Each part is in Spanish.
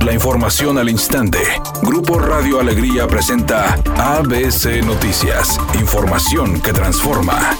La información al instante. Grupo Radio Alegría presenta ABC Noticias. Información que transforma.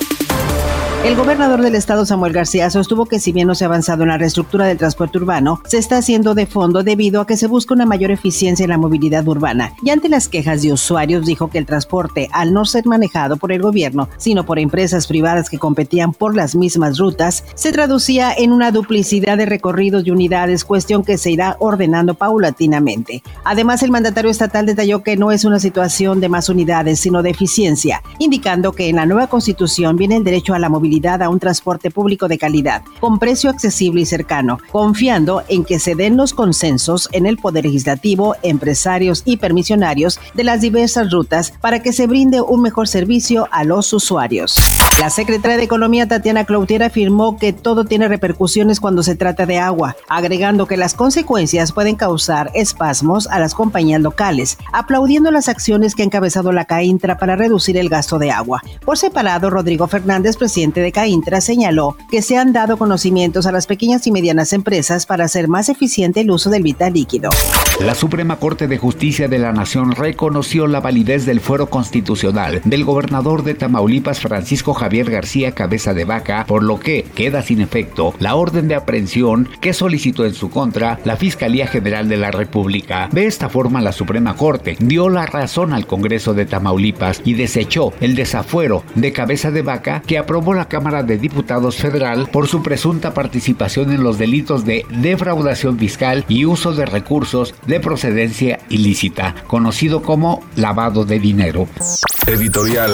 El gobernador del estado, Samuel García, sostuvo que si bien no se ha avanzado en la reestructura del transporte urbano, se está haciendo de fondo debido a que se busca una mayor eficiencia en la movilidad urbana. Y ante las quejas de usuarios, dijo que el transporte, al no ser manejado por el gobierno, sino por empresas privadas que competían por las mismas rutas, se traducía en una duplicidad de recorridos y unidades, cuestión que se irá ordenando paulatinamente. Además, el mandatario estatal detalló que no es una situación de más unidades, sino de eficiencia, indicando que en la nueva constitución viene el derecho a la movilidad a un transporte público de calidad, con precio accesible y cercano, confiando en que se den los consensos en el Poder Legislativo, empresarios y permisionarios de las diversas rutas para que se brinde un mejor servicio a los usuarios. La secretaria de Economía, Tatiana Cloutier, afirmó que todo tiene repercusiones cuando se trata de agua, agregando que las consecuencias pueden causar espasmos a las compañías locales, aplaudiendo las acciones que ha encabezado la CAINTRA para reducir el gasto de agua. Por separado, Rodrigo Fernández, presidente de CAINTRA, señaló que se han dado conocimientos a las pequeñas y medianas empresas para hacer más eficiente el uso del vital líquido. La Suprema Corte de Justicia de la Nación reconoció la validez del fuero constitucional del gobernador de Tamaulipas, Francisco Javier García Cabeza de Vaca, por lo que queda sin efecto la orden de aprehensión que solicitó en su contra la Fiscalía General de la República. De esta forma, la Suprema Corte dio la razón al Congreso de Tamaulipas y desechó el desafuero de Cabeza de Vaca que aprobó la Cámara de Diputados Federal por su presunta participación en los delitos de defraudación fiscal y uso de recursos de procedencia ilícita, conocido como lavado de dinero. Editorial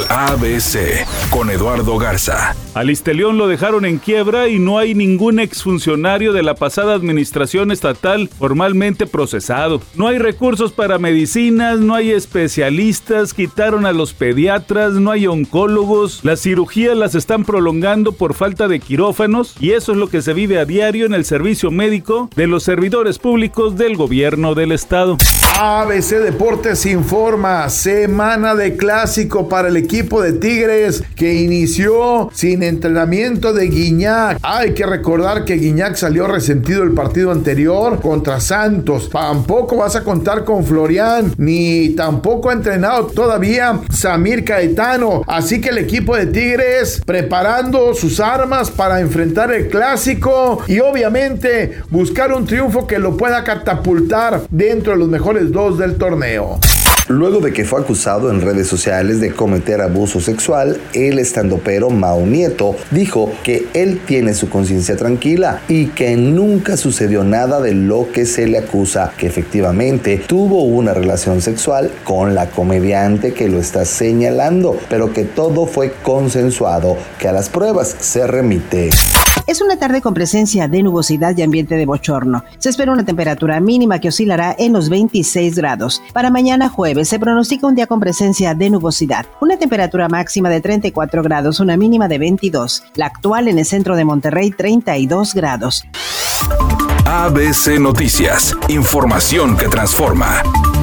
ABC con Eduardo Garza. Al Istelión lo dejaron en quiebra y no hay ningún exfuncionario de la pasada administración estatal formalmente procesado. No hay recursos para medicinas, no hay especialistas, quitaron a los pediatras, no hay oncólogos, las cirugías las están prolongando por falta de quirófanos y eso es lo que se vive a diario en el servicio médico de los servidores públicos del gobierno del estado. ABC Deportes informa, semana de clásico para el equipo de Tigres que inició sin entrenamiento de Guiñac. Hay que recordar que Guiñac salió resentido el partido anterior contra Santos. Tampoco vas a contar con Florian, ni tampoco ha entrenado todavía Samir Caetano. Así que el equipo de Tigres preparando sus armas para enfrentar el clásico y obviamente buscar un triunfo que lo pueda catapultar dentro de los mejores dos del torneo. Luego de que fue acusado en redes sociales de cometer abuso sexual, el estandopero Mau Nieto dijo que él tiene su conciencia tranquila y que nunca sucedió nada de lo que se le acusa, que efectivamente tuvo una relación sexual con la comediante que lo está señalando, pero que todo fue consensuado, que a las pruebas se remite. Es una tarde con presencia de nubosidad y ambiente de bochorno. Se espera una temperatura mínima que oscilará en los 26 grados. Para mañana jueves se pronostica un día con presencia de nubosidad. Una temperatura máxima de 34 grados, una mínima de 22. La actual en el centro de Monterrey, 32 grados. ABC Noticias. Información que transforma.